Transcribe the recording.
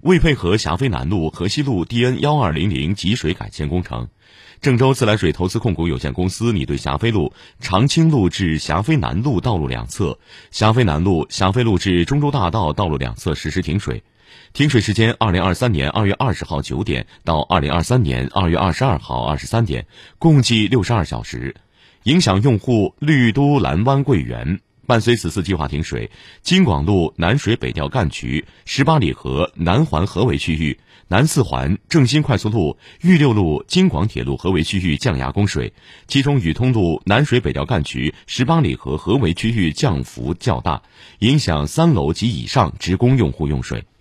为配合霞飞南路、河西路 DN1200 集水改建工程，郑州自来水投资控股有限公司拟对霞飞路、长青路至霞飞南路道路两侧、霞飞南路、霞飞路至中州大道道路两侧实施停水。停水时间2023年2月20号9点到2023年2月22号23点，共计62小时。影响用户绿都蓝湾桂园。伴随此次计划停水，京广路南水北调干渠、18里河南环合围区域、南四环正新快速路、豫六路京广铁路合围区域降压供水，其中宇通路南水北调干渠、18里河合围区域降幅较大，影响3楼及以上职工用户用水。